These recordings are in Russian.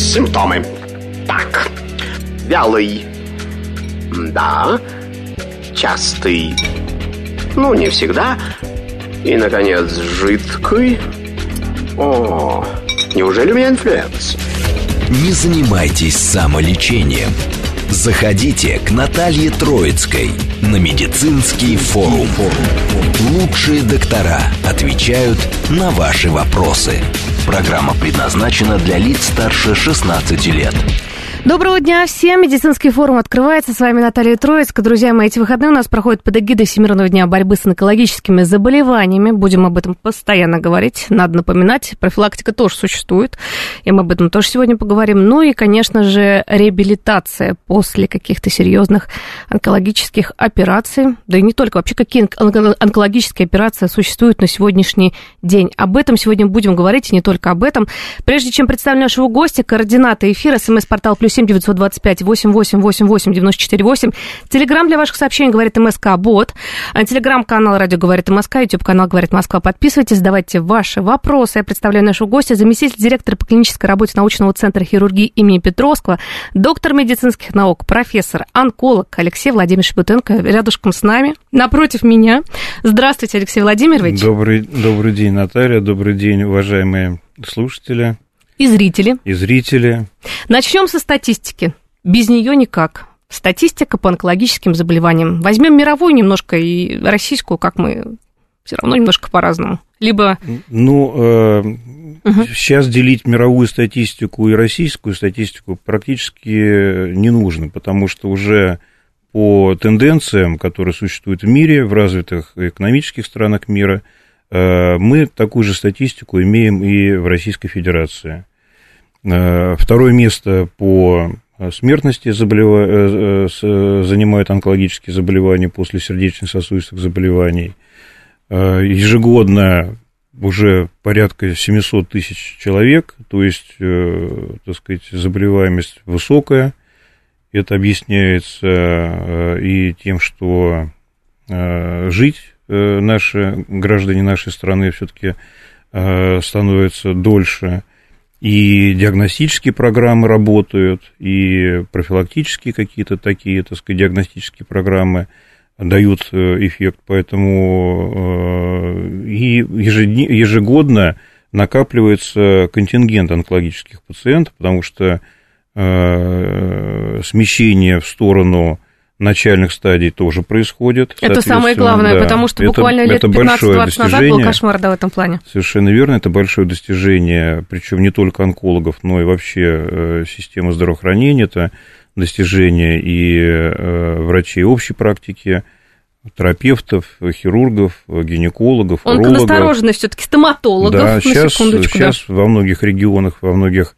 Симптомы. Так, вялый. Да. Частый. Ну, не всегда. И, наконец, жидкий. О, неужели у меня инфлюенс? Не занимайтесь самолечением. Заходите к Наталье Троицкой на медицинский форум. Лучшие доктора отвечают на ваши вопросы. Программа предназначена для лиц старше 16 лет. Доброго дня всем. Медицинский форум открывается. С вами Наталья Троицкая. Друзья мои, эти выходные у нас проходят под эгидой Всемирного дня борьбы с онкологическими заболеваниями. Будем об этом постоянно говорить. Надо напоминать. Профилактика тоже существует. И мы об этом тоже сегодня поговорим. Ну и, конечно же, реабилитация после каких-то серьезных онкологических операций. Да и не только. Вообще, какие онкологические операции существуют на сегодняшний день. Об этом сегодня будем говорить, и не только об этом. Прежде чем представлю нашего гостя, координаты эфира, СМС-портал +7 925 8888 94 Телеграм для ваших сообщений «Говорит МСК» бот. Телеграм-канал «Радио говорит МСК», YouTube-канал «Говорит Москва». Подписывайтесь, задавайте ваши вопросы. Я представляю нашего гостя, заместитель директора по клинической работе научного центра хирургии имени Петровского, доктор медицинских наук, профессор, онколог Алексей Владимирович Бутенко рядышком с нами, напротив меня. Здравствуйте, Алексей Владимирович. Добрый день, Наталья. Добрый день, уважаемые слушатели. И зрители. Начнем со статистики. Без нее никак. Статистика по онкологическим заболеваниям. Возьмем мировую немножко и российскую, как мы все равно немножко по-разному. Либо... Сейчас делить мировую статистику и российскую статистику практически не нужно, потому что уже по тенденциям, которые существуют в мире, в развитых экономических странах мира, мы такую же статистику имеем и в Российской Федерации. Второе место по смертности занимают онкологические заболевания после сердечно-сосудистых заболеваний. Ежегодно уже порядка 700 тысяч человек, то есть, так сказать, заболеваемость высокая. Это объясняется и тем, что жить наши граждане нашей страны все-таки становятся дольше, и диагностические программы работают, и профилактические какие-то такие, так сказать, диагностические программы дают эффект, поэтому и ежегодно накапливается контингент онкологических пациентов, потому что смещение в сторону начальных стадий тоже происходит. Это самое главное, да, потому что буквально лет 15-20 назад был кошмар, да, в этом плане. Совершенно верно, это большое достижение, причем не только онкологов, но и вообще системы здравоохранения, это достижение и врачей общей практики, терапевтов, хирургов, гинекологов, урологов. Онконастороженность все-таки стоматологов, да, на секундочку. Сейчас во многих регионах, во многих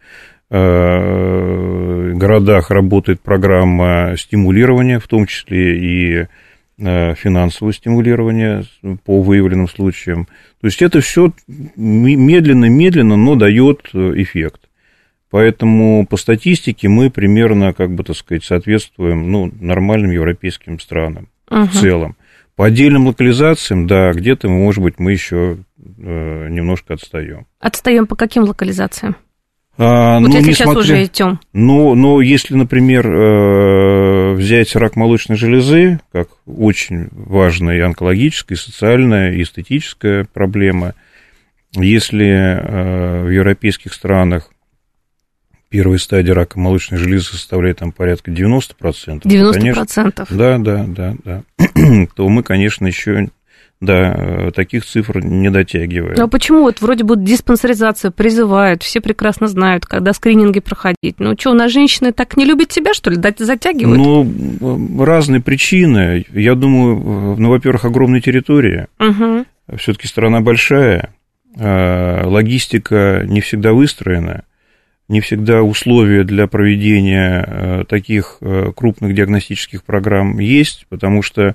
городах работает программа стимулирования, в том числе и финансового стимулирования по выявленным случаям. То есть это все медленно, но дает эффект. Поэтому по статистике мы примерно, как бы, так сказать, соответствуем нормальным европейским странам в целом. По отдельным локализациям, да, где-то, может быть, мы еще немножко отстаем. Отстаем по каким локализациям? Если сейчас уже идем. Но если, например, взять рак молочной железы, как очень важная и онкологическая, и социальная, и эстетическая проблема, если в европейских странах первая стадия рака молочной железы составляет там порядка 90%. 90%? Да. То мы, конечно, еще... Да, таких цифр не дотягиваем. Но почему? Вот вроде бы диспансеризацию призывают, все прекрасно знают, когда скрининги проходить. Ну что, у нас женщины так не любят себя, что ли, затягивают? Разные причины. Я думаю, во-первых, огромная территория. Все-таки страна большая, логистика не всегда выстроена, не всегда условия для проведения таких крупных диагностических программ есть, потому что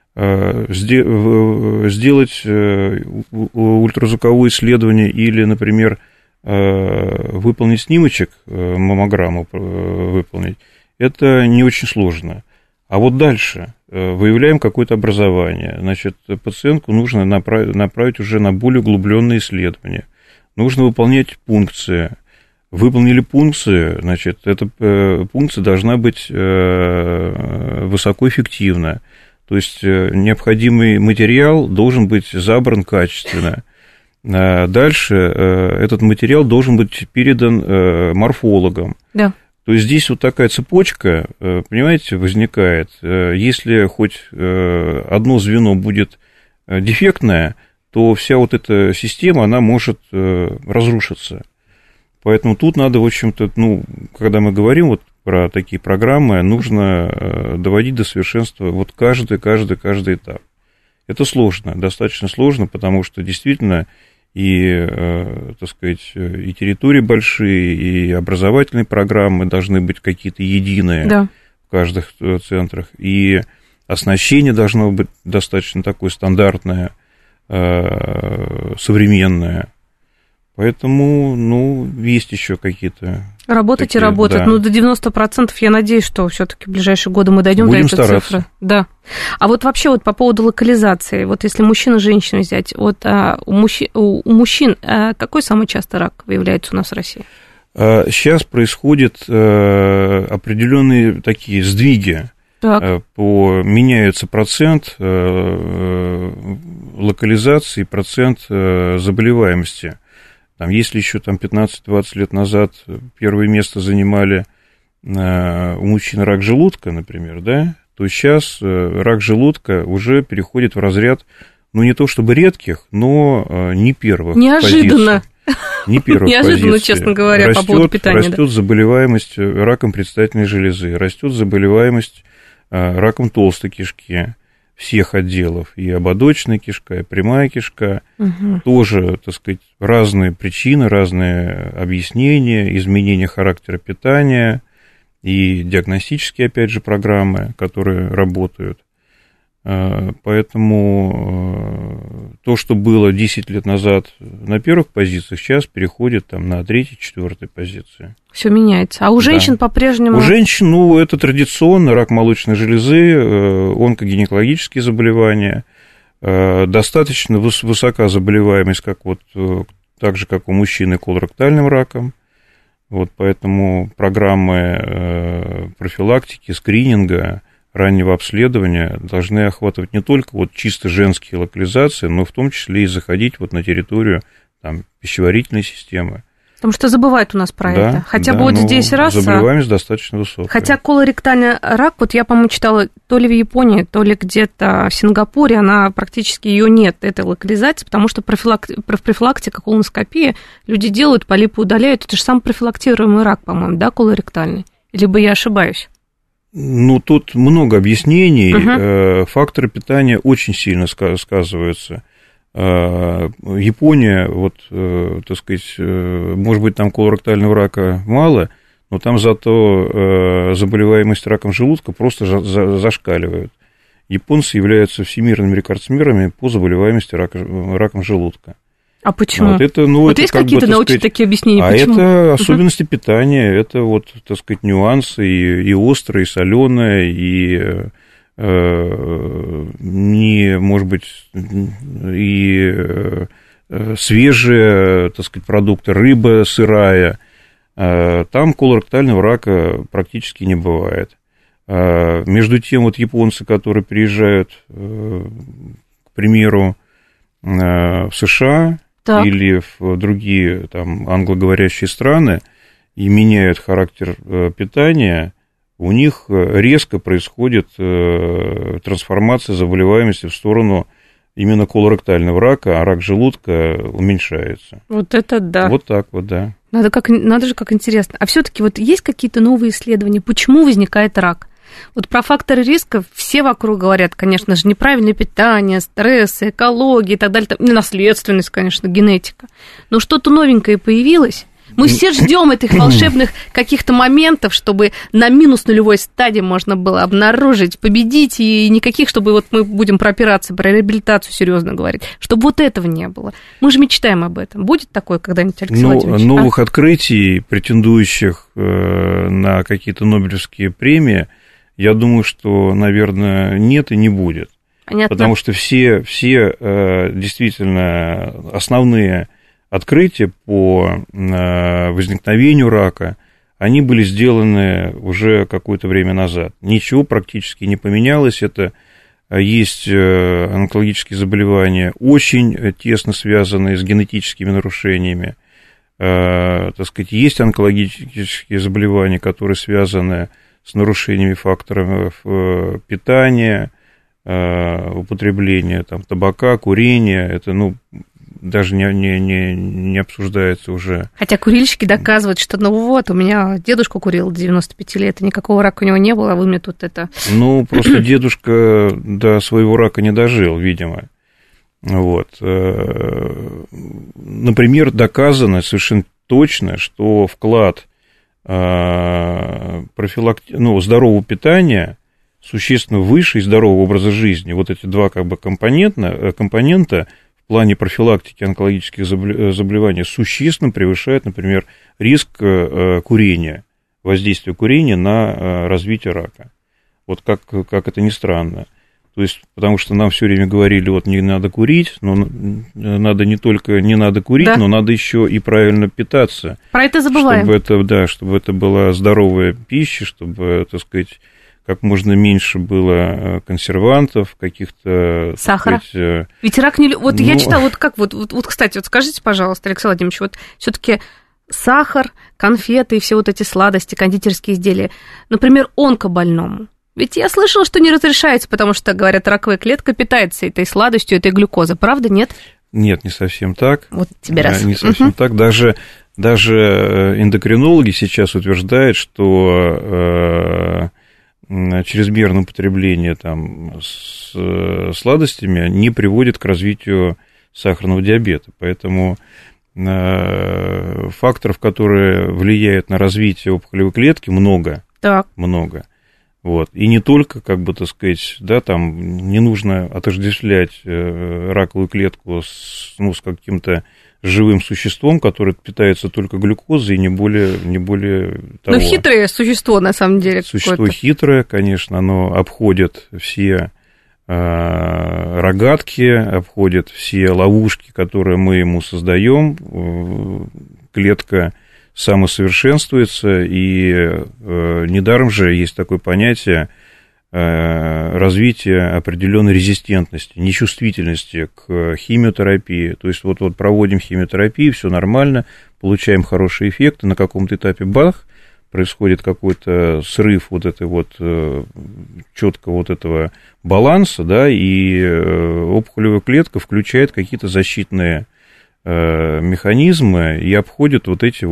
сделать ультразвуковое исследование или, например, выполнить снимочек, маммограмму выполнить, это не очень сложно. А вот дальше выявляем какое-то образование, значит, пациентку нужно направить уже на более углубленные исследования, нужно выполнять пункции, выполнили пункцию, значит, эта пункция должна быть высокоэффективна. То есть необходимый материал должен быть забран качественно. Дальше этот материал должен быть передан морфологам. Да. То есть здесь вот такая цепочка, понимаете, возникает. Если хоть одно звено будет дефектное, то вся вот эта система, она может разрушиться. Поэтому тут надо, в общем-то, когда мы говорим вот про такие программы, нужно доводить до совершенства вот каждый этап. Это сложно, достаточно сложно, потому что действительно и, так сказать, и территории большие, и образовательные программы должны быть какие-то единые, да, в каждых центрах, и оснащение должно быть достаточно такое стандартное, современное. Поэтому, есть еще какие-то... Работать и работать. Да. До 90% я надеюсь, что все-таки в ближайшие годы мы дойдем до этой цифры. Да. А вот вообще вот по поводу локализации, вот если мужчину и женщину взять, вот у мужчин какой самый частый рак выявляется у нас в России? Сейчас происходят определенные такие сдвиги. Меняется процент локализации, процент заболеваемости. Если еще 15-20 лет назад первое место занимали у мужчин рак желудка, например, да, то сейчас рак желудка уже переходит в разряд, не то чтобы редких, но не первых. Неожиданно. Не первых Неожиданно, позиций. Честно говоря, по поводу питания. Растет заболеваемость раком предстательной железы, растет заболеваемость раком толстой кишки. Всех отделов, и ободочная кишка, и прямая кишка, тоже, так сказать, разные причины, разные объяснения, изменения характера питания и диагностические, опять же, программы, которые работают. Поэтому то, что было 10 лет назад на первых позициях, сейчас переходит на 3-4 позиции. Все меняется. А у женщин по-прежнему? У женщин, это традиционно рак молочной железы, онкогинекологические заболевания, достаточно высока заболеваемость, так же, как у мужчин, колоректальным раком. Поэтому программы профилактики, скрининга, раннего обследования должны охватывать не только чисто женские локализации, но в том числе и заходить на территорию пищеварительной системы. Потому что забывают у нас про это. Хотя бы здесь раз... Заболеваемость достаточно высокая. Хотя колоректальный рак, я, по-моему, читала то ли в Японии, то ли где-то в Сингапуре, она практически ее нет, этой локализации, потому что профилактика, колоноскопия, люди делают, полипы удаляют, это же сам профилактируемый рак, по-моему, да, колоректальный? Либо я ошибаюсь? Тут много объяснений. Факторы питания очень сильно сказываются. Япония, так сказать, может быть, там колоректального рака мало, но там зато заболеваемость раком желудка просто зашкаливает. Японцы являются всемирными рекордсменами по заболеваемости раком желудка. А почему? Это есть какие-то научные такие объяснения, почему? Это особенности питания, это так сказать, нюансы и острое, и соленое, и может быть, и свежие, так сказать, продукты, рыба сырая. Там колоректального рака практически не бывает. Между тем, японцы, которые приезжают, к примеру, в США, так, или в другие англоговорящие страны и меняют характер питания, у них резко происходит трансформация заболеваемости в сторону именно колоректального рака, а рак желудка уменьшается. Это да. Так да. Надо же, как интересно. А все-таки есть какие-то новые исследования, почему возникает рак? Про факторы риска все вокруг говорят, конечно же, неправильное питание, стресс, экология и так далее, наследственность, конечно, генетика. Но что-то новенькое появилось. Мы все ждем этих волшебных каких-то моментов, чтобы на минус нулевой стадии можно было обнаружить, победить, и никаких, чтобы мы будем про операции, про реабилитацию серьезно говорить, чтобы этого не было. Мы же мечтаем об этом. Будет такое когда-нибудь, Алексей Владимирович? Новых открытий, претендующих на какие-то Нобелевские премии, я думаю, что, наверное, нет и не будет. Понятно. Потому что все действительно основные открытия по возникновению рака, они были сделаны уже какое-то время назад. Ничего практически не поменялось. Это есть онкологические заболевания, очень тесно связанные с генетическими нарушениями. Так сказать, есть онкологические заболевания, которые связаны с нарушениями факторов питания, употребления там, табака, курения. Это, даже не обсуждается уже. Хотя курильщики доказывают, что, у меня дедушка курил до 95 лет, и никакого рака у него не было, а вы мне тут это... Просто дедушка до своего рака не дожил, видимо. Вот. Например, доказано совершенно точно, что вклад здорового питания существенно выше и здорового образа жизни. Вот эти два компонента в плане профилактики онкологических заболеваний существенно превышают, например, риск курения, воздействие курения на развитие рака. Вот как это ни странно. То есть, потому что нам все время говорили, не надо курить, но надо не надо курить, да, но надо еще и правильно питаться. Про это забываем. Чтобы это была здоровая пища, чтобы, так сказать, как можно меньше было консервантов, каких-то... Сахара. Ведь рак не... я читала, кстати, скажите, пожалуйста, Алексей Владимирович, все-таки сахар, конфеты и все эти сладости, кондитерские изделия, например, онкобольному. Ведь я слышала, что не разрешается, потому что, говорят, раковая клетка питается этой сладостью, этой глюкозой. Правда, нет? Нет, не совсем так. Вот тебе раз. Не совсем так. Даже эндокринологи сейчас утверждают, что чрезмерное употребление с сладостями не приводит к развитию сахарного диабета. Поэтому факторов, которые влияют на развитие опухолевой клетки, много. Так. Много. Вот. И не только, не нужно отождествлять раковую клетку с каким-то живым существом, которое питается только глюкозой, и не более того. Но хитрое существо, на самом деле. Существо хитрое, конечно, оно обходит все рогатки, обходит все ловушки, которые мы ему создаем. Клетка самосовершенствуется, и недаром же есть такое понятие развития определенной резистентности, нечувствительности к химиотерапии. То есть проводим химиотерапию, все нормально, получаем хорошие эффекты, на каком-то этапе бах, происходит какой-то срыв четко этого баланса, да, и опухолевая клетка включает какие-то защитные механизмы и обходят эти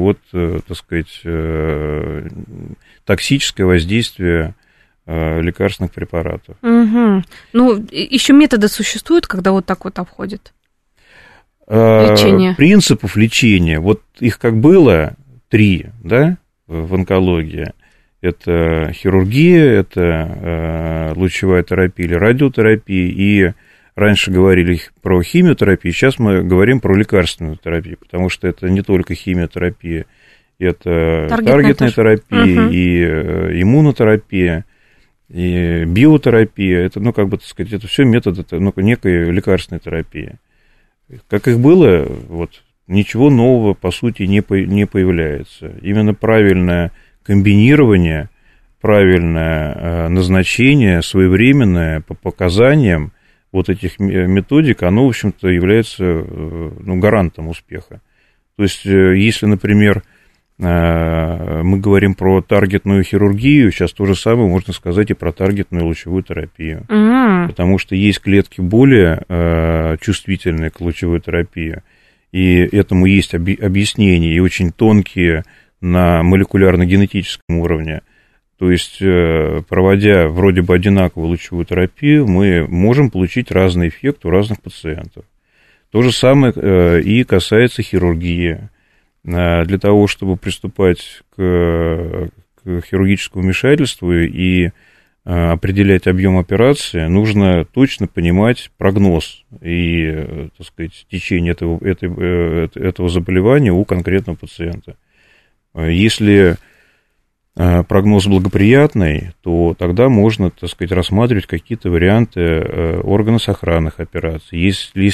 токсическое воздействие лекарственных препаратов. Угу. Еще методы существуют, когда обходят лечение? Принципов лечения, их как было 3, да, в онкологии. Это хирургия, это лучевая терапия или радиотерапия, и раньше говорили про химиотерапию, сейчас мы говорим про лекарственную терапию, потому что это не только химиотерапия, это таргетная терапия, угу, и иммунотерапия, и биотерапия. Это, это все методы, это некая лекарственная терапия. Как их было, ничего нового, по сути, не появляется. Именно правильное комбинирование, правильное назначение, своевременное по показаниям этих методик, оно, в общем-то, является гарантом успеха. То есть, если, например, мы говорим про таргетную хирургию, сейчас то же самое можно сказать и про таргетную лучевую терапию. Потому что есть клетки более чувствительные к лучевой терапии, и этому есть объяснения, и очень тонкие на молекулярно-генетическом уровне. То есть, проводя вроде бы одинаковую лучевую терапию, мы можем получить разный эффект у разных пациентов. То же самое и касается хирургии. Для того, чтобы приступать к хирургическому вмешательству и определять объем операции, нужно точно понимать прогноз и, течение этого заболевания у конкретного пациента. Если прогноз благоприятный, то тогда можно, рассматривать какие-то варианты органосохранных операций. Если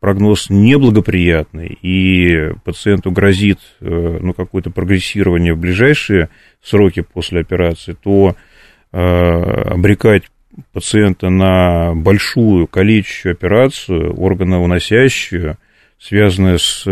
прогноз неблагоприятный, и пациенту грозит какое-то прогрессирование в ближайшие сроки после операции, то обрекать пациента на большую калечащую операцию, органовыносящую, связанную с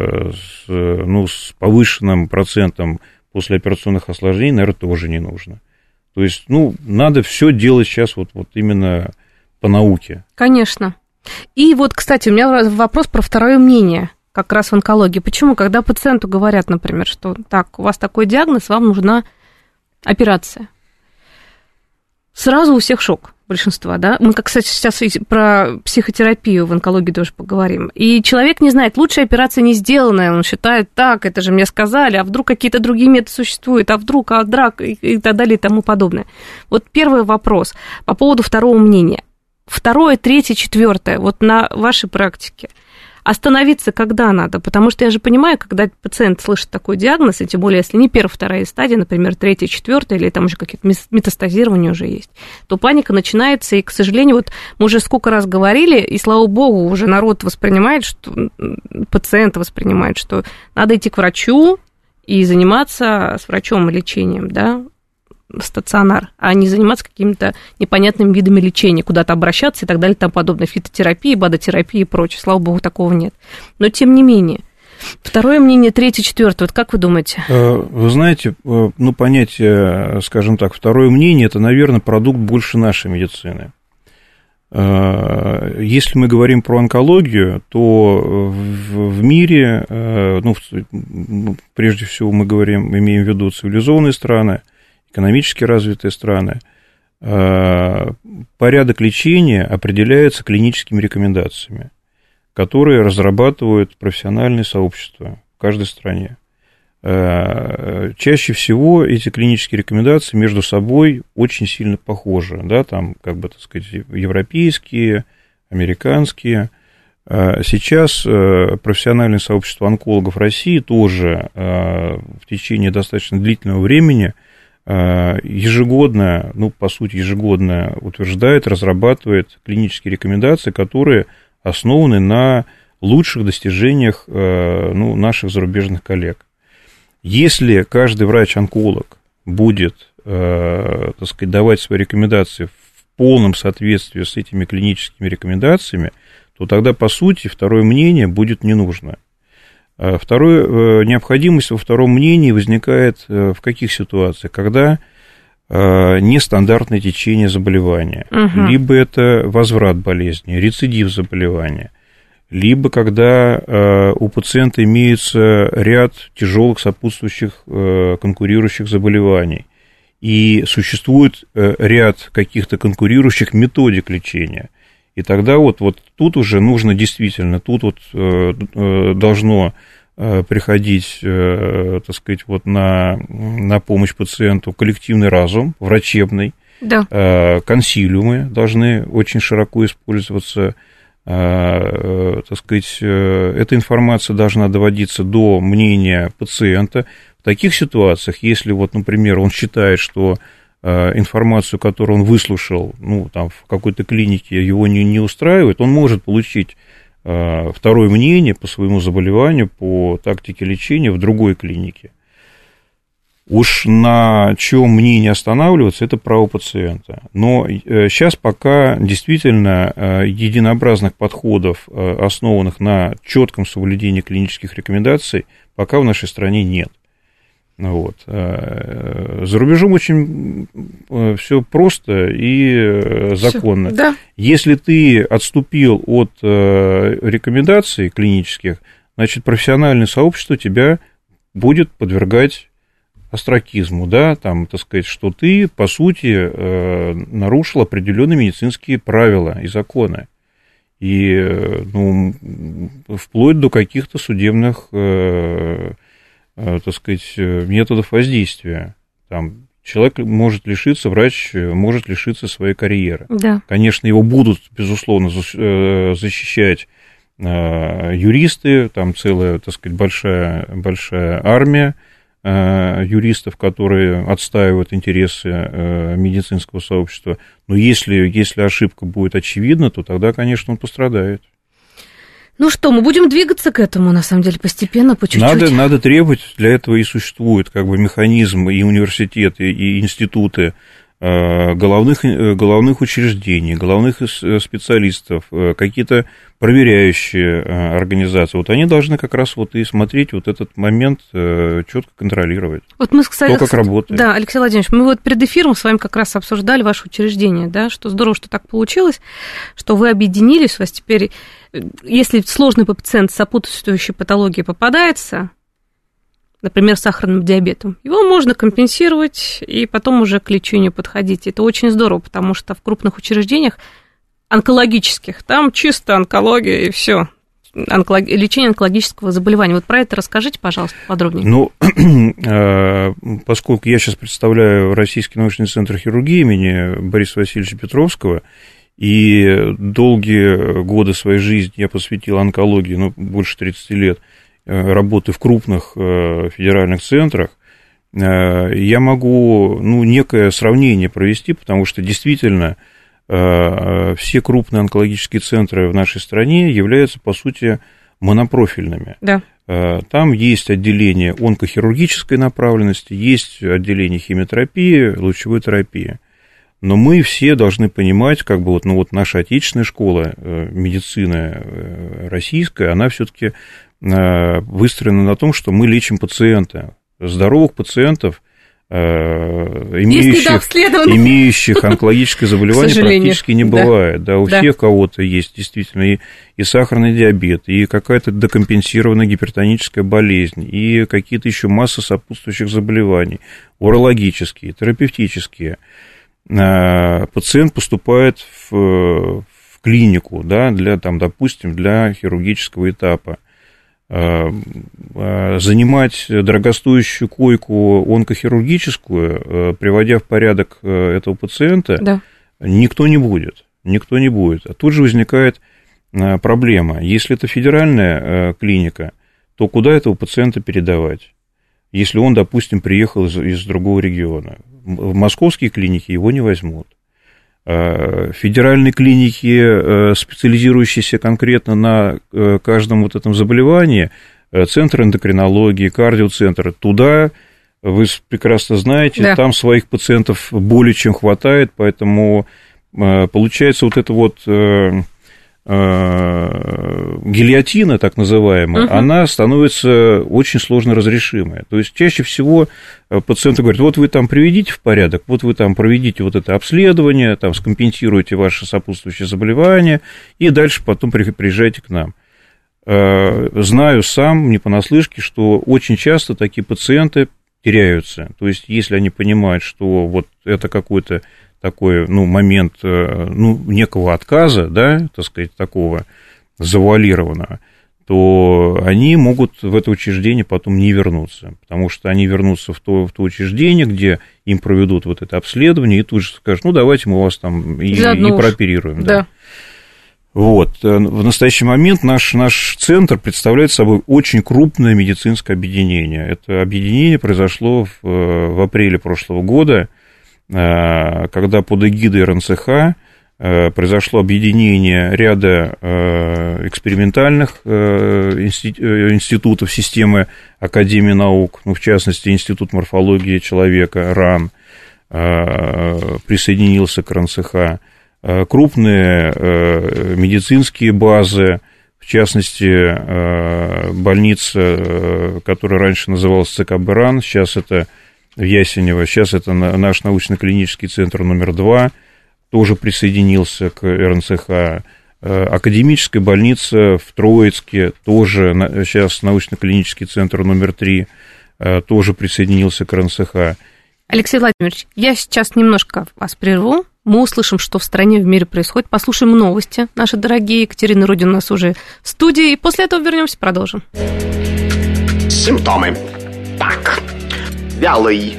повышенным процентом послеоперационных осложнений, наверное, тоже не нужно. То есть, надо все делать сейчас вот именно по науке. Конечно. И вот, кстати, у меня вопрос про второе мнение, как раз в онкологии. Почему, когда пациенту говорят, например, что так, у вас такой диагноз, вам нужна операция, сразу у всех шок, большинства, да? Мы, кстати, сейчас про психотерапию в онкологии тоже поговорим. И человек не знает, лучшая операция не сделанная, он считает, так, это же мне сказали, а вдруг какие-то другие методы существуют, а вдруг, драк и так далее и тому подобное. Вот первый вопрос по поводу второго мнения. Второе, третье, четвертое, вот на вашей практике. Остановиться когда надо? Потому что я же понимаю, когда пациент слышит такой диагноз, и тем более, если не первая, вторая стадия, например, третья, четвертая, или там уже какие-то метастазирования уже есть, то паника начинается, и, к сожалению, вот мы уже сколько раз говорили, и, слава богу, уже народ воспринимает, что пациент воспринимает, что надо идти к врачу и заниматься с врачом лечением, да, стационар, а не заниматься какими-то непонятными видами лечения, куда-то обращаться и так далее и тому подобное, фитотерапии, бадотерапии и прочее. Слава богу, такого нет. Но тем не менее, второе мнение, третье, четвертое, вот как вы думаете? Вы знаете, понятие, скажем так, второе мнение, это, наверное, продукт больше нашей медицины. Если мы говорим про онкологию, то в мире, прежде всего мы имеем в виду цивилизованные страны, экономически развитые страны, порядок лечения определяется клиническими рекомендациями, которые разрабатывают профессиональные сообщества в каждой стране. Чаще всего эти клинические рекомендации между собой очень сильно похожи, да, там, европейские, американские. Сейчас профессиональное сообщество онкологов России тоже в течение достаточно длительного времени ежегодно утверждает, разрабатывает клинические рекомендации, которые основаны на лучших достижениях наших зарубежных коллег. Если каждый врач-онколог будет, давать свои рекомендации в полном соответствии с этими клиническими рекомендациями, то тогда, по сути, второе мнение будет не нужно. Необходимость во втором мнении возникает в каких ситуациях? Когда нестандартное течение заболевания, либо это возврат болезни, рецидив заболевания, либо когда у пациента имеется ряд тяжелых сопутствующих конкурирующих заболеваний, и существует ряд каких-то конкурирующих методик лечения. И тогда вот тут уже нужно действительно, должно приходить, на помощь пациенту коллективный разум, врачебный, да. Консилиумы должны очень широко использоваться, эта информация должна доводиться до мнения пациента. В таких ситуациях, если, например, он считает, что информацию, которую он выслушал, в какой-то клинике его не устраивает, он может получить второе мнение по своему заболеванию, по тактике лечения в другой клинике. Уж на чем мнение останавливаться, это право пациента. Но сейчас пока действительно единообразных подходов, основанных на четком соблюдении клинических рекомендаций, пока в нашей стране нет. За рубежом очень все просто и законно. Всё, да. Если ты отступил от рекомендаций клинических, значит, профессиональное сообщество тебя будет подвергать остракизму, да, что ты, по сути, нарушил определенные медицинские правила и законы. И, вплоть до каких-то судебных методов воздействия. Человек может лишиться, врач может лишиться своей карьеры. Да. Конечно, его будут, безусловно, защищать юристы, там целая, большая армия юристов, которые отстаивают интересы медицинского сообщества. Но если ошибка будет очевидна, то тогда, конечно, он пострадает. Ну что, мы будем двигаться к этому, на самом деле, постепенно, по чуть-чуть. Надо требовать, для этого и существует как бы механизм, и университеты, и институты головных учреждений, головных специалистов, какие-то проверяющие организации. Вот они должны как раз вот и смотреть вот этот момент, четко контролировать. Вот мы, кстати, как работает. Да, Алексей Владимирович, мы вот перед эфиром с вами как раз обсуждали ваше учреждение, да, что здорово, что так получилось, что вы объединились, у вас теперь, если сложный пациент с сопутствующей патологией попадается, например, с сахарным диабетом, его можно компенсировать и потом уже к лечению подходить. Это очень здорово, потому что в крупных учреждениях онкологических, там чисто онкология и все. Лечение онкологического заболевания. Вот про это расскажите, пожалуйста, подробнее. Ну, поскольку я сейчас представляю Российский научный центр хирургии имени Бориса Васильевича Петровского, и долгие годы своей жизни я посвятил онкологии, ну, больше 30 лет, работы в крупных федеральных центрах, я могу, ну, некое сравнение провести, потому что действительно все крупные онкологические центры в нашей стране являются, по сути, монопрофильными. Да. Там есть отделение онкохирургической направленности, есть отделение химиотерапии, лучевой терапии. Но мы все должны понимать, как бы вот, ну, вот наша отечественная школа медицины российская, она все-таки выстроена на том, что мы лечим пациента, здоровых пациентов, имеющих онкологическое заболевание, практически не бывает. Да, у всех кого-то есть действительно и сахарный диабет, и какая-то декомпенсированная гипертоническая болезнь, и какие-то еще масса сопутствующих заболеваний, урологические, терапевтические. Пациент поступает в клинику, да, для, там, допустим, для хирургического этапа. Занимать дорогостоящую койку онкохирургическую, приводя в порядок этого пациента, никто не будет. А тут же возникает проблема. Если это федеральная клиника, то куда этого пациента передавать, если он, допустим, приехал из другого региона? В московские клиники его не возьмут. Федеральные клиники, специализирующиеся конкретно на каждом вот этом заболевании, центр эндокринологии, кардиоцентр, туда, вы прекрасно знаете, там своих пациентов более чем хватает, поэтому получается вот эта вот гильотина, так называемая, она становится очень сложно разрешимой. То есть чаще всего пациенты говорят, вот вы там приведите в порядок, вот вы там проведите вот это обследование, там скомпенсируйте ваши сопутствующие заболевания, и дальше потом приезжайте к нам. Знаю сам, не понаслышке, что очень часто такие пациенты теряются. То есть если они понимают, что вот это какой-то такой, ну, момент, ну, некого отказа, да, так сказать, такого завуалированного, то они могут в это учреждение потом не вернуться, потому что они вернутся в то учреждение, где им проведут вот это обследование, и тут же скажут, ну, давайте мы вас там и прооперируем. Да. Вот. В настоящий момент наш центр представляет собой очень крупное медицинское объединение. Это объединение произошло в апреле прошлого года, когда под эгидой РНЦХ произошло объединение ряда экспериментальных институтов системы Академии наук, ну, в частности, Институт морфологии человека, РАН, присоединился к РНЦХ, крупные медицинские базы, в частности, больница, которая раньше называлась ЦКБ РАН, сейчас это в Ясенево, сейчас это наш научно-клинический центр номер 2, тоже присоединился к РНЦХ. Академическая больница в Троицке, тоже сейчас научно-клинический центр номер 3, тоже присоединился к РНЦХ. Алексей Владимирович, я сейчас немножко вас прерву. Мы услышим, что в стране, в мире происходит. Послушаем новости, наши дорогие. Екатерина Рудин у нас уже в студии. И после этого вернемся, продолжим. Симптомы. Так. Вялый.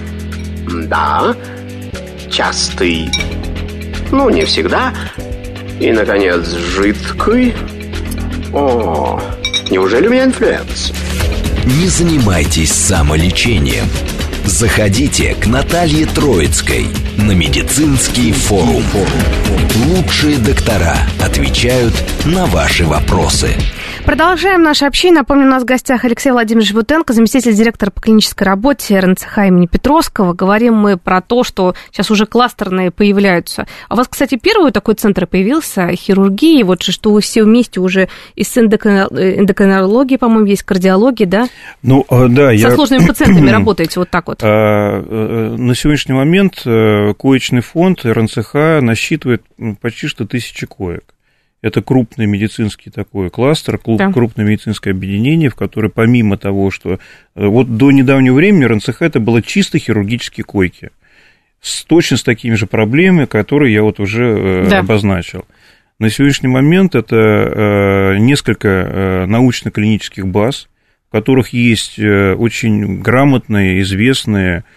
Да. Частый. Ну, не всегда. И, наконец, жидкий. О, неужели у меня инфлюенс? Не занимайтесь самолечением. Заходите к Наталье Троицкой на медицинский форум. Лучшие доктора отвечают на ваши вопросы. Продолжаем наше общение. Напомню, у нас в гостях Алексей Владимирович Бутенко, заместитель директора по клинической работе РНЦХ имени Петровского. Говорим мы про то, что сейчас уже кластерные появляются. А у вас, кстати, первый такой центр появился хирургии, вот что вы все вместе уже из эндокринологии, по-моему, есть кардиологии, да? Ну, да. Со сложными пациентами работаете вот так вот. На сегодняшний момент коечный фонд РНЦХ насчитывает почти что 1000 коек. Это крупный медицинский такой кластер, крупное медицинское объединение, в которое помимо того, что... Вот до недавнего времени РНЦХ это было чисто хирургические койки, точно с такими же проблемами, которые я вот уже обозначил. На сегодняшний момент это несколько научно-клинических баз, в которых есть очень грамотные, известные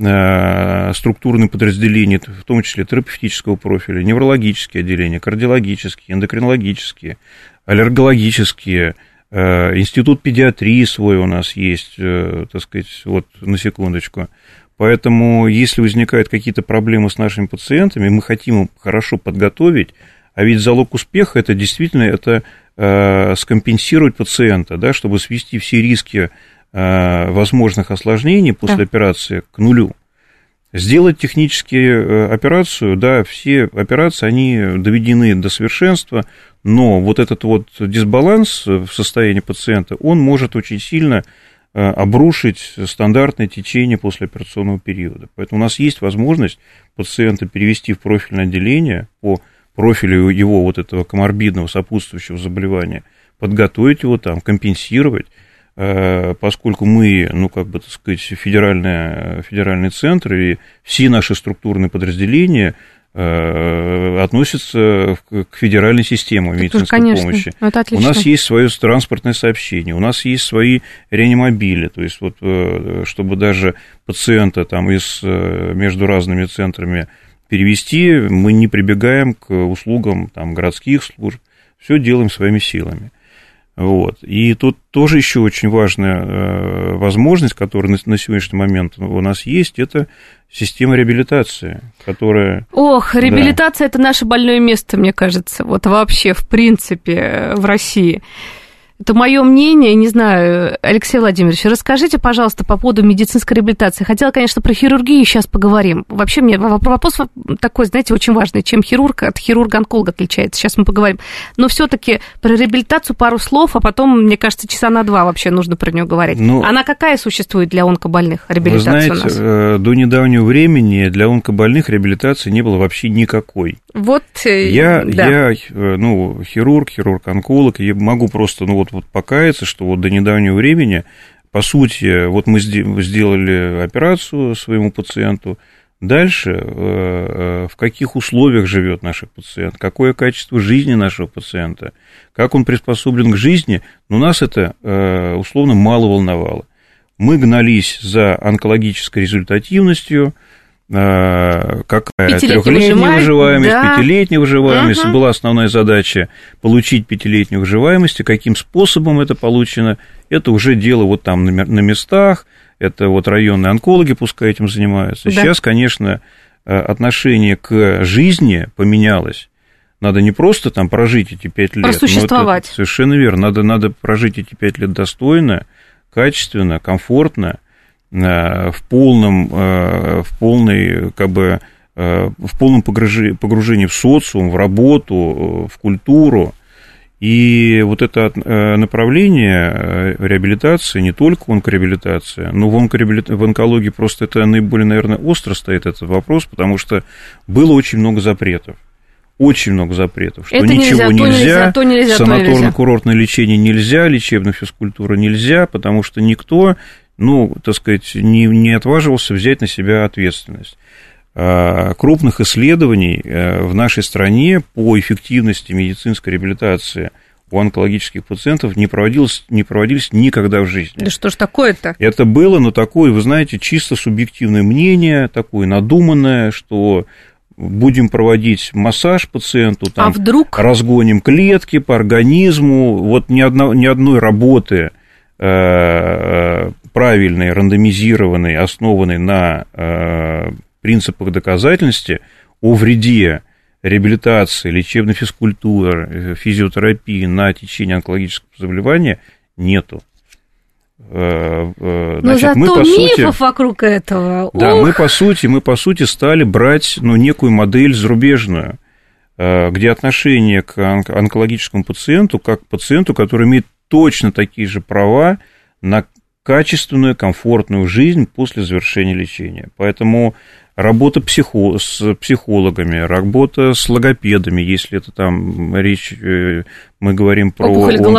структурные подразделения, в том числе терапевтического профиля, неврологические отделения, кардиологические, эндокринологические, аллергологические, институт педиатрии свой у нас есть, так сказать, вот на секундочку. Поэтому, если возникают какие-то проблемы с нашими пациентами, мы хотим их хорошо подготовить, а ведь залог успеха это действительно скомпенсировать пациента, да, чтобы свести все риски возможных осложнений после операции к нулю. Сделать технически операцию, да, все операции, они доведены до совершенства, но вот этот вот дисбаланс в состоянии пациента, он может очень сильно обрушить стандартное течение послеоперационного периода. Поэтому у нас есть возможность пациента перевести в профильное отделение по профилю его вот этого коморбидного сопутствующего заболевания, подготовить его там, компенсировать, поскольку мы, ну, как бы, так сказать, федеральный центр, и все наши структурные подразделения относятся к федеральной системе медицинской помощи. У нас есть свое транспортное сообщение, у нас есть свои реанимобили, то есть вот, чтобы даже пациента там между разными центрами перевести, мы не прибегаем к услугам там, городских служб, все делаем своими силами. Вот. И тут тоже еще очень важная возможность, которая на сегодняшний момент у нас есть, это система реабилитации, которая... Реабилитация – это наше больное место, мне кажется, вот вообще, в принципе, в России. Это мое мнение, не знаю, Алексей Владимирович, расскажите, пожалуйста, по поводу медицинской реабилитации. Хотела, конечно, про хирургию сейчас поговорим. Вообще, мне вопрос такой, знаете, очень важный. Чем хирург от хирурга-онколога отличается? Сейчас мы поговорим. Но все-таки про реабилитацию пару слов, а потом, мне кажется, часа на 2 вообще нужно про нее говорить. Она какая существует для онкобольных, реабилитация? Вы знаете, у нас? До недавнего времени для онкобольных реабилитации не было вообще никакой. Вот, я хирург-онколог, я могу просто, покаяться, что вот до недавнего времени, по сути, вот мы сделали операцию своему пациенту, дальше в каких условиях живет наш пациент, какое качество жизни нашего пациента, как он приспособлен к жизни, но нас это условно мало волновало. Мы гнались за онкологической результативностью, какая 3-летняя выживаемость, 5-летняя выживаемость. Была основная задача получить 5-летнюю выживаемость, и каким способом это получено, это уже дело вот там на местах, это вот районные онкологи пускай этим занимаются. Да. Сейчас, конечно, отношение к жизни поменялось. Надо не просто там прожить эти 5 лет, просуществовать. Это совершенно верно. Надо прожить эти 5 лет достойно, качественно, комфортно, в полном погружении в социум, в работу, в культуру. И вот это направление реабилитации, не только онкореабилитация, но в онкологии просто это наиболее, наверное, остро стоит этот вопрос, потому что было очень много запретов. Очень много запретов, что это ничего нельзя, санаторно-курортное лечение нельзя, лечебная физкультура нельзя, потому что никто, так сказать, не отваживался взять на себя ответственность. Крупных исследований в нашей стране по эффективности медицинской реабилитации у онкологических пациентов не проводились никогда в жизни. Да что ж такое-то? Это было, такое, вы знаете, чисто субъективное мнение, такое надуманное, что будем проводить массаж пациенту, там, вдруг? Разгоним клетки по организму, вот ни одной работы правильный, рандомизированный, основанный на принципах доказательности о вреде реабилитации, лечебной физкультуры, физиотерапии на течение онкологического заболевания нету. Но зато мы, по мифов сути, вокруг этого. Да, мы по сути стали брать некую модель зарубежную, где отношение к онкологическому пациенту как к пациенту, который имеет точно такие же права на качественную, комфортную жизнь после завершения лечения. Поэтому работа с психологами, работа с логопедами, если это там речь, мы говорим про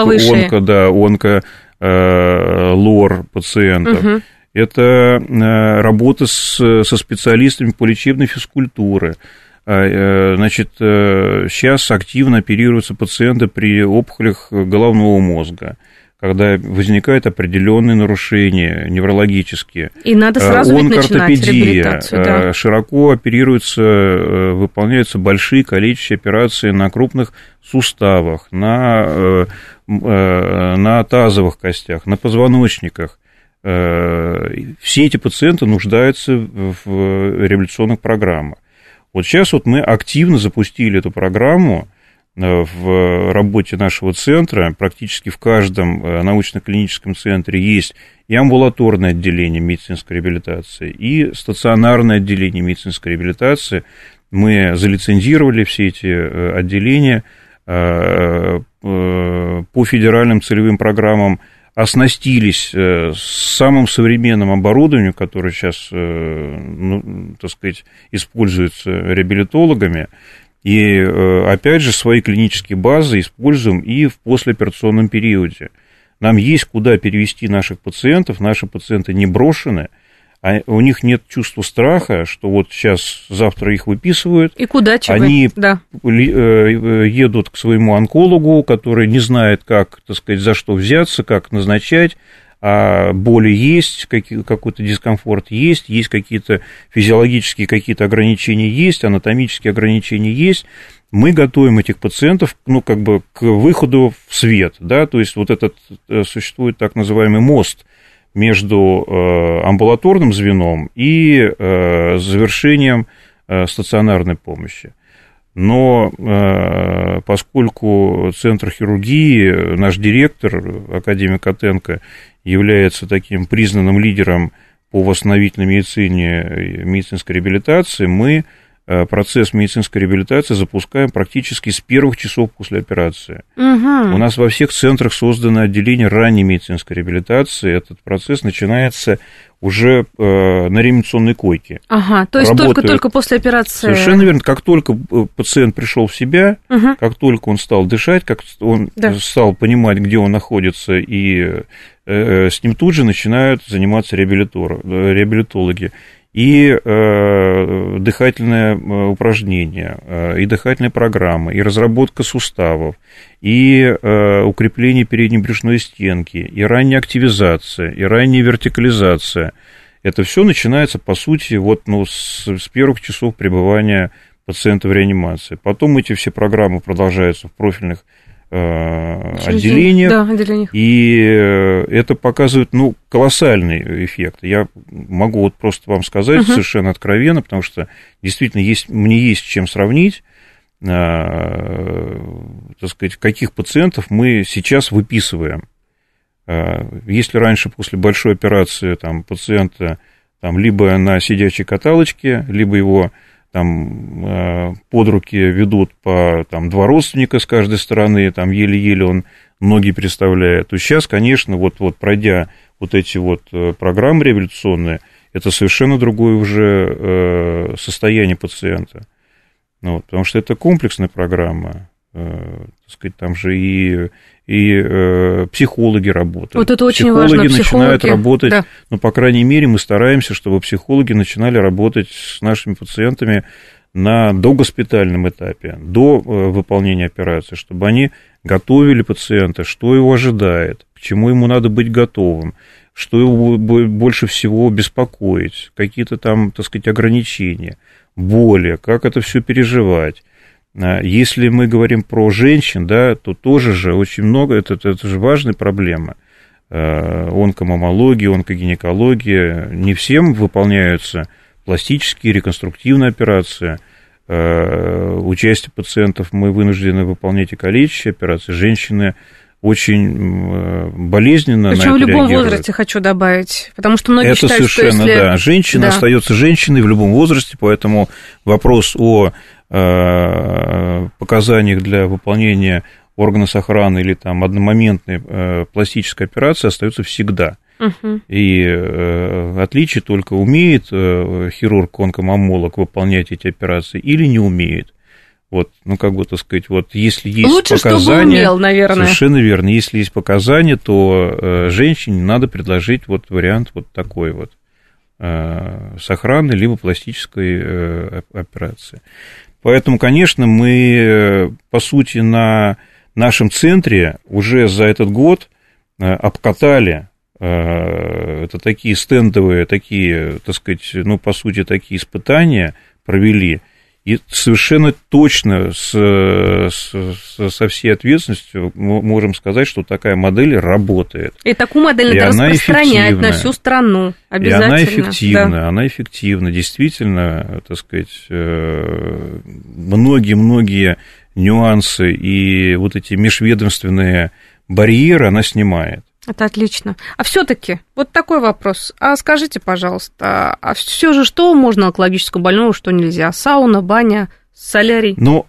лор пациентов. Угу. Это работа со специалистами по лечебной физкультуре. Значит, сейчас активно оперируются пациенты при опухолях головного мозга, когда возникают определенные нарушения неврологические. И надо сразу начинать реабилитацию. Да. Широко оперируются, выполняются большие количества операций на крупных суставах, на тазовых костях, на позвоночниках. Все эти пациенты нуждаются в реабилитационных программах. Вот сейчас мы активно запустили эту программу в работе нашего центра. Практически в каждом научно-клиническом центре есть и амбулаторное отделение медицинской реабилитации, и стационарное отделение медицинской реабилитации. Мы залицензировали все эти отделения по федеральным целевым программам, оснастились самым современным оборудованием, которое сейчас, используется реабилитологами, и, опять же, свои клинические базы используем и в послеоперационном периоде. Нам есть куда перевести наших пациентов, наши пациенты не брошены, а у них нет чувства страха, что вот сейчас, завтра их выписывают. И куда они едут к своему онкологу, который не знает, как, за что взяться, как назначать, а боли есть, какой-то дискомфорт есть какие-то физиологические какие-то ограничения есть, анатомические ограничения есть. Мы готовим этих пациентов, к выходу в свет, да, то есть вот этот существует так называемый мост между амбулаторным звеном и завершением стационарной помощи. Но поскольку Центр хирургии, наш директор, академик Котенко, является таким признанным лидером по восстановительной медицине и медицинской реабилитации, мы процесс медицинской реабилитации запускаем практически с первых часов после операции. Угу. У нас во всех центрах создано отделение ранней медицинской реабилитации. Этот процесс начинается уже на реанимационной койке. Ага, то есть только после операции. Совершенно верно. Как только пациент пришел в себя, угу. Как только он стал дышать, как он стал понимать, где он находится, и с ним тут же начинают заниматься реабилитологи. И дыхательное упражнение, и дыхательная программа, и разработка суставов, и укрепление передней брюшной стенки, и ранняя активизация, и ранняя вертикализация. Это все начинается, по сути, с первых часов пребывания пациента в реанимации. Потом эти все программы продолжаются в профильных отделениях, и это показывает, колоссальный эффект. Я могу просто вам сказать совершенно откровенно, потому что действительно мне есть с чем сравнить, каких пациентов мы сейчас выписываем. Если раньше после большой операции пациента либо на сидячей каталочке, либо его под руки ведут по два родственника с каждой стороны, еле-еле он ноги переставляет, то сейчас, конечно, пройдя эти программы реабилитационные, это совершенно другое уже состояние пациента. Потому что это комплексная программа, там же и психологи работают. Это очень важно. Психологи начинают работать, по крайней мере, мы стараемся, чтобы психологи начинали работать с нашими пациентами на догоспитальном этапе, до выполнения операции, чтобы они готовили пациента, что его ожидает, к чему ему надо быть готовым, что его больше всего беспокоить, какие-то ограничения, боли, как это все переживать. Если мы говорим про женщин, то тоже же очень много, это же важная проблема. онкомаммология, онкогинекология. Не всем выполняются пластические, реконструктивные операции. Участие пациентов мы вынуждены выполнять и калечащие операции. Женщины очень болезненно на это реагируют. Причем в любом возрасте, хочу добавить, потому что многие считают, совершенно, что если... да. Женщина остается женщиной в любом возрасте, поэтому вопрос о показаниях для выполнения органосохраны или там одномоментной пластической операции остается всегда. И отличие только умеет хирург-онкомаммолог выполнять эти операции или не умеет. Вот, ну, как бы, так сказать, вот, если есть лучше, показания... чтобы умел, наверное. Совершенно верно. Если есть показания, то женщине надо предложить вот вариант вот такой вот сохранной либо пластической операции. Поэтому, конечно, мы, по сути, на нашем центре уже за этот год обкатали, это такие стендовые, такие, так сказать, ну, по сути, такие испытания провели, и совершенно точно со всей ответственностью мы можем сказать, что такая модель работает. И такую модель надо распространять на всю страну обязательно. И она эффективна, действительно, так сказать, многие-многие нюансы и вот эти межведомственные барьеры она снимает. Это отлично. А все-таки вот такой вопрос. А скажите, пожалуйста, а все же что можно онкологическому больному, что нельзя? Сауна, баня, солярий? Ну,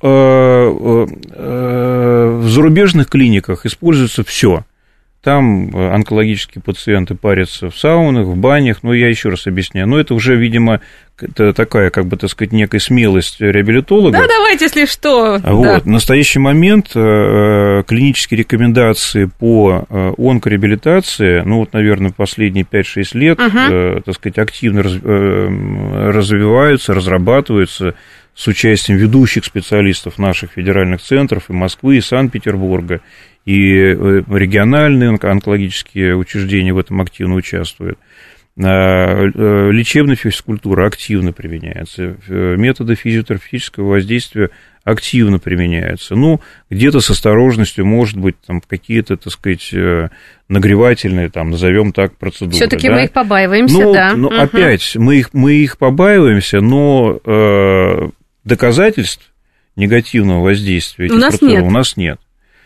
в зарубежных клиниках используется все. Там онкологические пациенты парятся в саунах, в банях, но я еще раз объясняю. Но это уже, видимо, это такая, как бы, так сказать, некая смелость реабилитолога. Да, давайте, если что. Вот. Да. В настоящий момент клинические рекомендации по онкореабилитации, ну, вот, наверное, последние 5-6 лет, так сказать, активно развиваются, разрабатываются с участием ведущих специалистов наших федеральных центров и Москвы, и Санкт-Петербурга. И региональные онкологические учреждения в этом активно участвуют. Лечебная физкультура активно применяется, методы физиотерапевтического воздействия активно применяются. Ну, где-то с осторожностью, может быть, там какие-то, так сказать, нагревательные, там, назовем так, процедуры. Все-таки да? Мы их побаиваемся, да. Но опять, мы их побаиваемся, но доказательств негативного воздействия этих процедур у нас нет.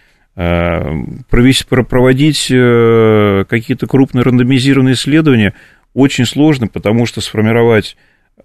Проводить какие-то крупные рандомизированные исследования очень сложно, потому что сформировать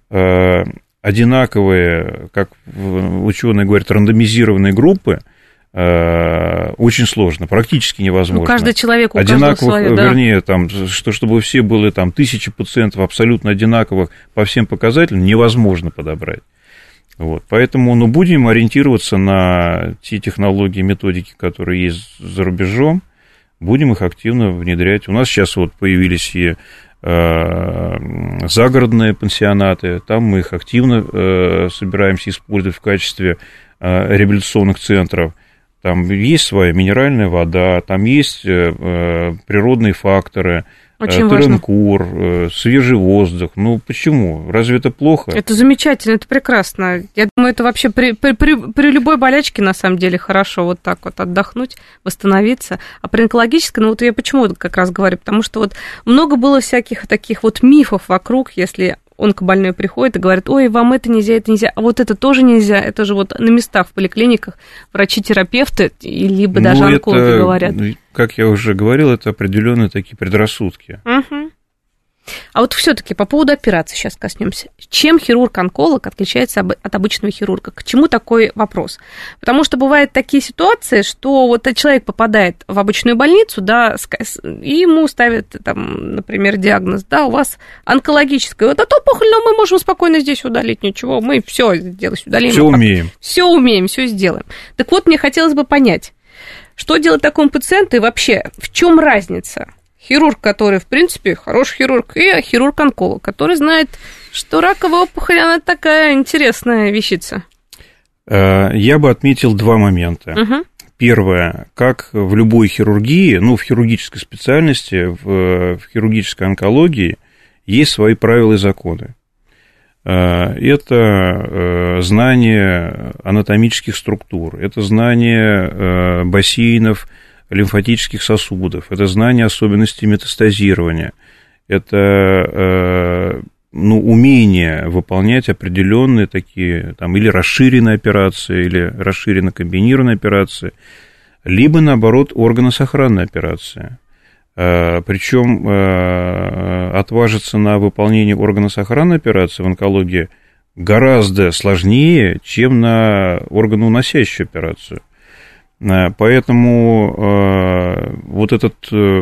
одинаковые, как ученые говорят, рандомизированные группы очень сложно, практически невозможно. Ну, каждый человек у одинаковых, каждого свое, да. Вернее, там, чтобы все были там, 1000 пациентов абсолютно одинаковых по всем показателям, невозможно подобрать. Вот, поэтому будем ориентироваться на те технологии, методики, которые есть за рубежом, будем их активно внедрять. У нас сейчас вот появились и загородные пансионаты, там мы их активно собираемся использовать в качестве реабилитационных центров. Там есть своя минеральная вода, там есть природные факторы, теренкур, свежий воздух. Ну, почему? Разве это плохо? Это замечательно, это прекрасно. Я думаю, это вообще при любой болячке, на самом деле, хорошо вот так вот отдохнуть, восстановиться. А при онкологической, ну, вот я почему как раз говорю, потому что вот много было всяких таких вот мифов вокруг, если онкобольной приходит и говорит: ой, вам это нельзя, а вот это тоже нельзя. Это же вот на местах в поликлиниках врачи-терапевты, либо даже онкологи говорят. Как я уже говорил, это определенные такие предрассудки. Угу. А вот все-таки по поводу операции сейчас коснемся. Чем хирург-онколог отличается от обычного хирурга? К чему такой вопрос? Потому что бывают такие ситуации, что вот человек попадает в обычную больницу, да, и ему ставят, там, например, диагноз, да, у вас онкологическая, вот это опухоль, но мы можем спокойно здесь удалить, ничего, мы все здесь удалим. Все умеем. Все умеем, все сделаем. Так вот, мне хотелось бы понять, что делать такому пациенту и вообще, в чем разница? Хирург, который, в принципе, хороший хирург, и хирург-онколог, который знает, что раковая опухоль, она такая интересная вещица. Я бы отметил два момента. Угу. Первое, как в любой хирургии, ну, в хирургической специальности, в хирургической онкологии есть свои правила и законы. Это знание анатомических структур, это знание бассейнов лимфатических сосудов, это знание особенностей метастазирования, это умение выполнять определенные такие, там, или расширенные операции, или расширенно комбинированные операции, либо, наоборот, органосохранные операции. Причем отважиться на выполнение органосохранной операции в онкологии гораздо сложнее, чем на органоуносящую операцию. Поэтому вот этот,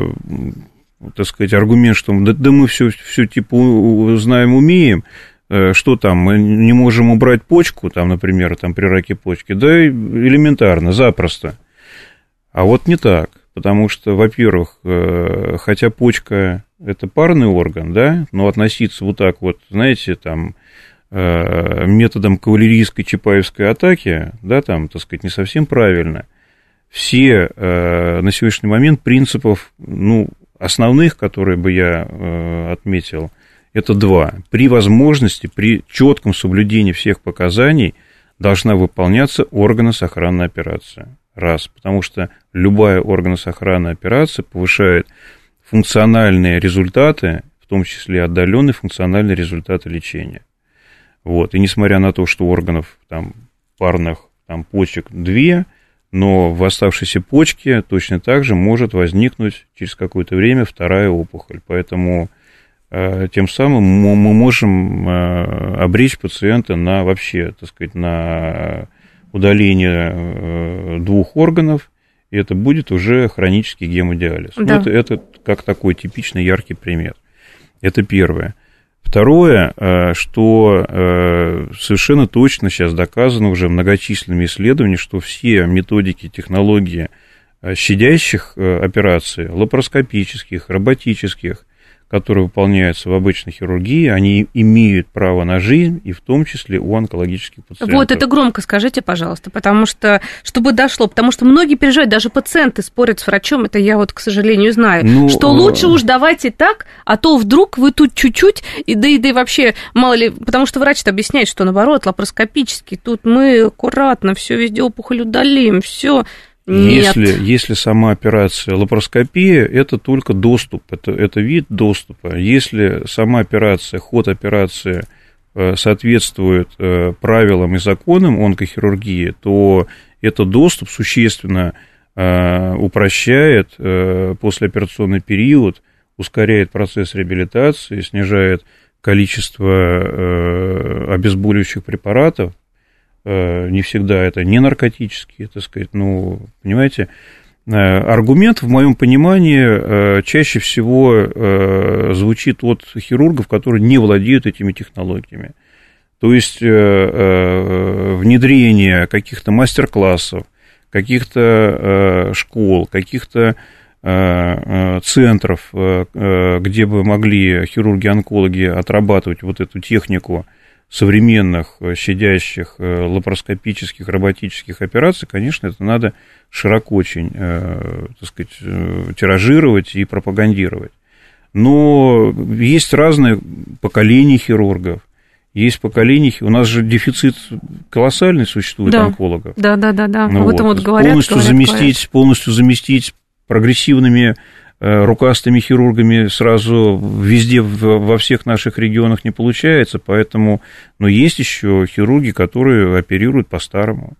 так сказать, аргумент, что да мы все типа знаем, умеем, что там, мы не можем убрать почку, там, например, там, при раке почки, да элементарно, запросто. А вот не так, потому что, во-первых, хотя почка – это парный орган, да, но относиться вот так вот, знаете, там, методом кавалерийской чапаевской атаки, да, там, так сказать, не совсем правильно. Все на сегодняшний момент принципов, основных, которые бы я отметил, это два. При возможности, при четком соблюдении всех показаний должна выполняться органосохранная операция. Раз, потому что любая органосохранная операция повышает функциональные результаты, в том числе отдаленные функциональные результаты лечения. Вот. И несмотря на то, что органов там, парных там, почек 2, но в оставшейся почке точно так же может возникнуть через какое-то время вторая опухоль. Поэтому тем самым мы можем обречь пациента на вообще, так сказать, на удаление 2 органов, и это будет уже хронический гемодиализ. Да. Это как такой типичный яркий пример. Это первое. Второе, что совершенно точно сейчас доказано уже многочисленными исследованиями, что все методики, технологии щадящих операций, лапароскопических, роботических, которые выполняются в обычной хирургии, они имеют право на жизнь, и в том числе у онкологических пациентов. Вот, это громко скажите, пожалуйста, потому что, чтобы дошло, потому что многие переживают, даже пациенты спорят с врачом, это я вот, к сожалению, знаю, что лучше уж давайте так, а то вдруг вы тут чуть-чуть, да и вообще, мало ли, потому что врач-то объясняет, что наоборот, лапароскопический, тут мы аккуратно все везде опухоль удалим, все. Если сама операция лапароскопия, это только доступ, это вид доступа. Если сама операция, ход операции соответствует правилам и законам онкохирургии, то этот доступ существенно упрощает послеоперационный период, ускоряет процесс реабилитации, снижает количество обезболивающих препаратов. Не всегда это не наркотические, так сказать, понимаете, аргумент, в моем понимании, чаще всего звучит от хирургов, которые не владеют этими технологиями. То есть внедрение каких-то мастер-классов, каких-то школ, каких-то центров, где бы могли хирурги-онкологи отрабатывать вот эту технику современных щадящих лапароскопических, роботических операций, конечно, это надо широко очень, так сказать, тиражировать и пропагандировать. Но есть разные поколения хирургов, есть поколения, у нас же дефицит колоссальный существует онкологов. Да. Вот говорят, полностью заместить прогрессивными рукастыми хирургами сразу везде, во всех наших регионах не получается, поэтому, но есть еще хирурги, которые оперируют по-старому.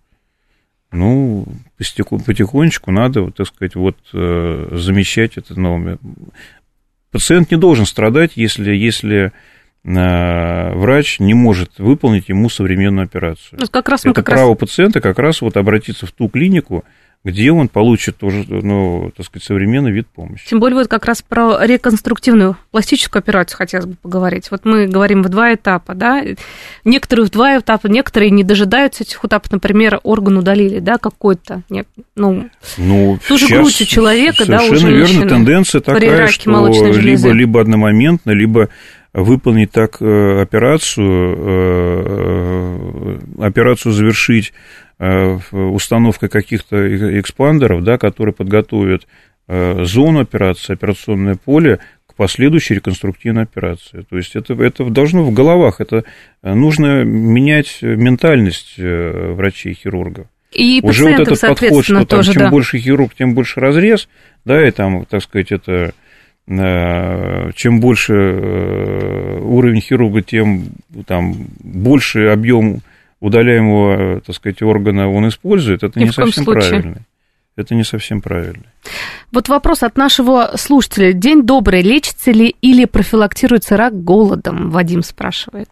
Потихонечку надо, так сказать, замещать это новыми. Пациент не должен страдать, если врач не может выполнить ему современную операцию. Это право пациента как раз обратиться в ту клинику, где он получит тоже, так сказать, современный вид помощи. Тем более, как раз про реконструктивную пластическую операцию хотелось бы поговорить. Вот мы говорим в 2 этапа, да, некоторые в 2 этапа, некоторые не дожидаются этих этапов, например, орган удалили, да, какой-то, тоже грудь у человека, да, у женщины. Совершенно верно, тенденция такая, что либо одномоментно, либо выполнить так операцию завершить установкой каких-то экспандеров, да, которые подготовят зону операции, операционное поле к последующей реконструктивной операции. То есть это должно в головах, это нужно менять ментальность врачей и хирургов. И уже вот пациентам, этот подход, что там, тоже, чем да. больше хирург, тем больше разрез, да, и там, так сказать, это... Чем больше уровень хирурга, тем там больше объем удаляемого, так сказать, органа он использует, это не совсем правильно. Это не совсем правильно. Вот вопрос от нашего слушателя. День добрый. Лечится ли или профилактируется рак голодом? Вадим спрашивает.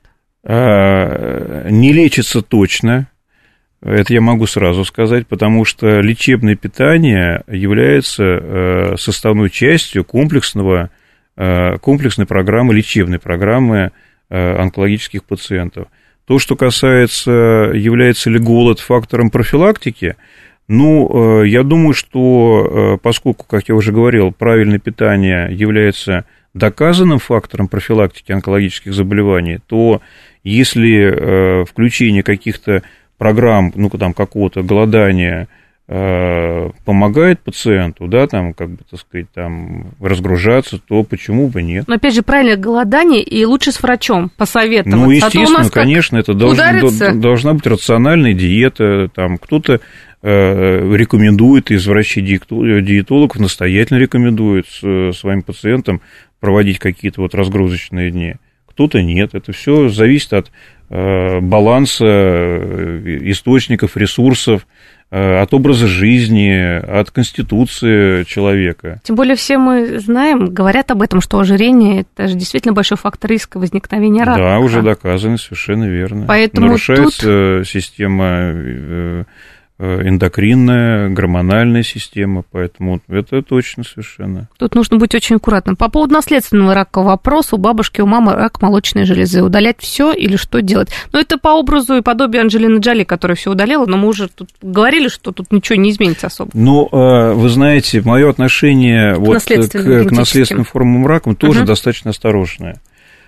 Не лечится точно. Это я могу сразу сказать, потому что лечебное питание является составной частью комплексной программы, лечебной программы онкологических пациентов. То, что касается, является ли голод фактором профилактики, ну, я думаю, что поскольку, как я уже говорил, правильное питание является доказанным фактором профилактики онкологических заболеваний, то если включение каких-то программ, ну, там, какого-то голодания помогает пациенту, да, там, как бы, так сказать, там, разгружаться, то почему бы нет? Но, опять же, правильное голодание и лучше с врачом посоветоваться. Ну, естественно, конечно, это должна быть рациональная диета, там, кто-то рекомендует из врачей-диетологов, настоятельно рекомендует своим пациентам проводить какие-то вот разгрузочные дни. Кто-то нет, это все зависит от баланса источников, ресурсов, от образа жизни, от конституции человека. Тем более все мы знаем, говорят об этом, что ожирение – это же действительно большой фактор риска возникновения рака. Да, уже доказано, совершенно верно. Поэтому нарушается система эндокринная, гормональная система, поэтому это точно совершенно. Тут нужно быть очень аккуратным. По поводу наследственного ракового вопроса, у бабушки, у мамы рак молочной железы. Удалять все или что делать? Ну, это по образу и подобию Анджелины Джоли, которая все удалила, но мы уже тут говорили, что тут ничего не изменится особо. Ну, вы знаете, мое отношение к наследственным формам рака тоже достаточно осторожное.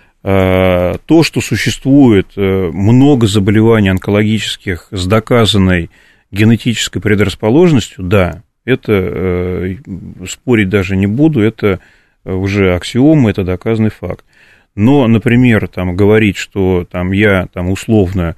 То, что существует много заболеваний онкологических с доказанной генетической предрасположенностью, да, это спорить даже не буду, это уже аксиома, это доказанный факт. Но, например, там, говорить, что там, я там, условно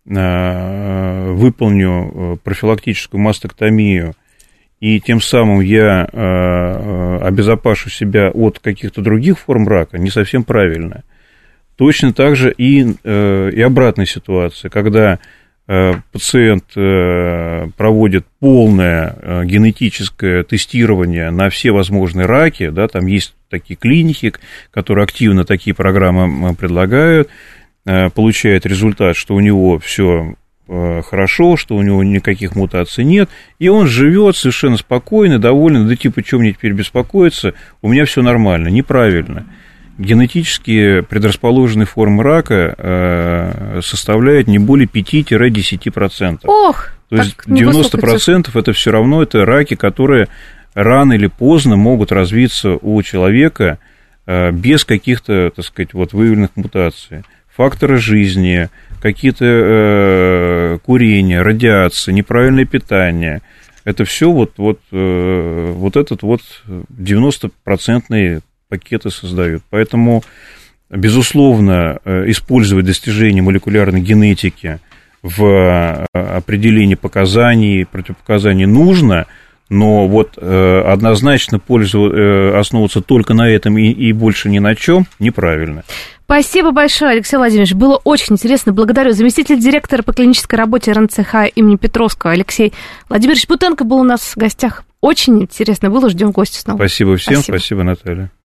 выполню профилактическую мастектомию, и тем самым я обезопашу себя от каких-то других форм рака, не совсем правильно. Точно так же и обратная ситуация, когда пациент проводит полное генетическое тестирование на все возможные раки, да, там есть такие клиники, которые активно такие программы предлагают, получает результат, что у него все хорошо, что у него никаких мутаций нет, и он живет совершенно спокойно, довольный, да типа, что мне теперь беспокоиться, у меня все нормально. Неправильно. Генетически предрасположенные формы рака составляют не более 5-10%. Ох! То есть 90% это все равно это раки, которые рано или поздно могут развиться у человека без каких-то, так сказать, вот выявленных мутаций. Факторы жизни, какие-то курения, радиация, неправильное питание. Это все вот этот вот 90% пакеты создают. Поэтому, безусловно, использовать достижения молекулярной генетики в определении показаний, противопоказаний нужно, но вот однозначно основываться только на этом и больше ни на чем неправильно. Спасибо большое, Алексей Владимирович. Было очень интересно. Благодарю. Заместитель директора по клинической работе РНЦХ имени Петровского Алексей Владимирович Бутенко был у нас в гостях. Очень интересно было. Ждем гостя снова. Спасибо всем. Спасибо, Наталья.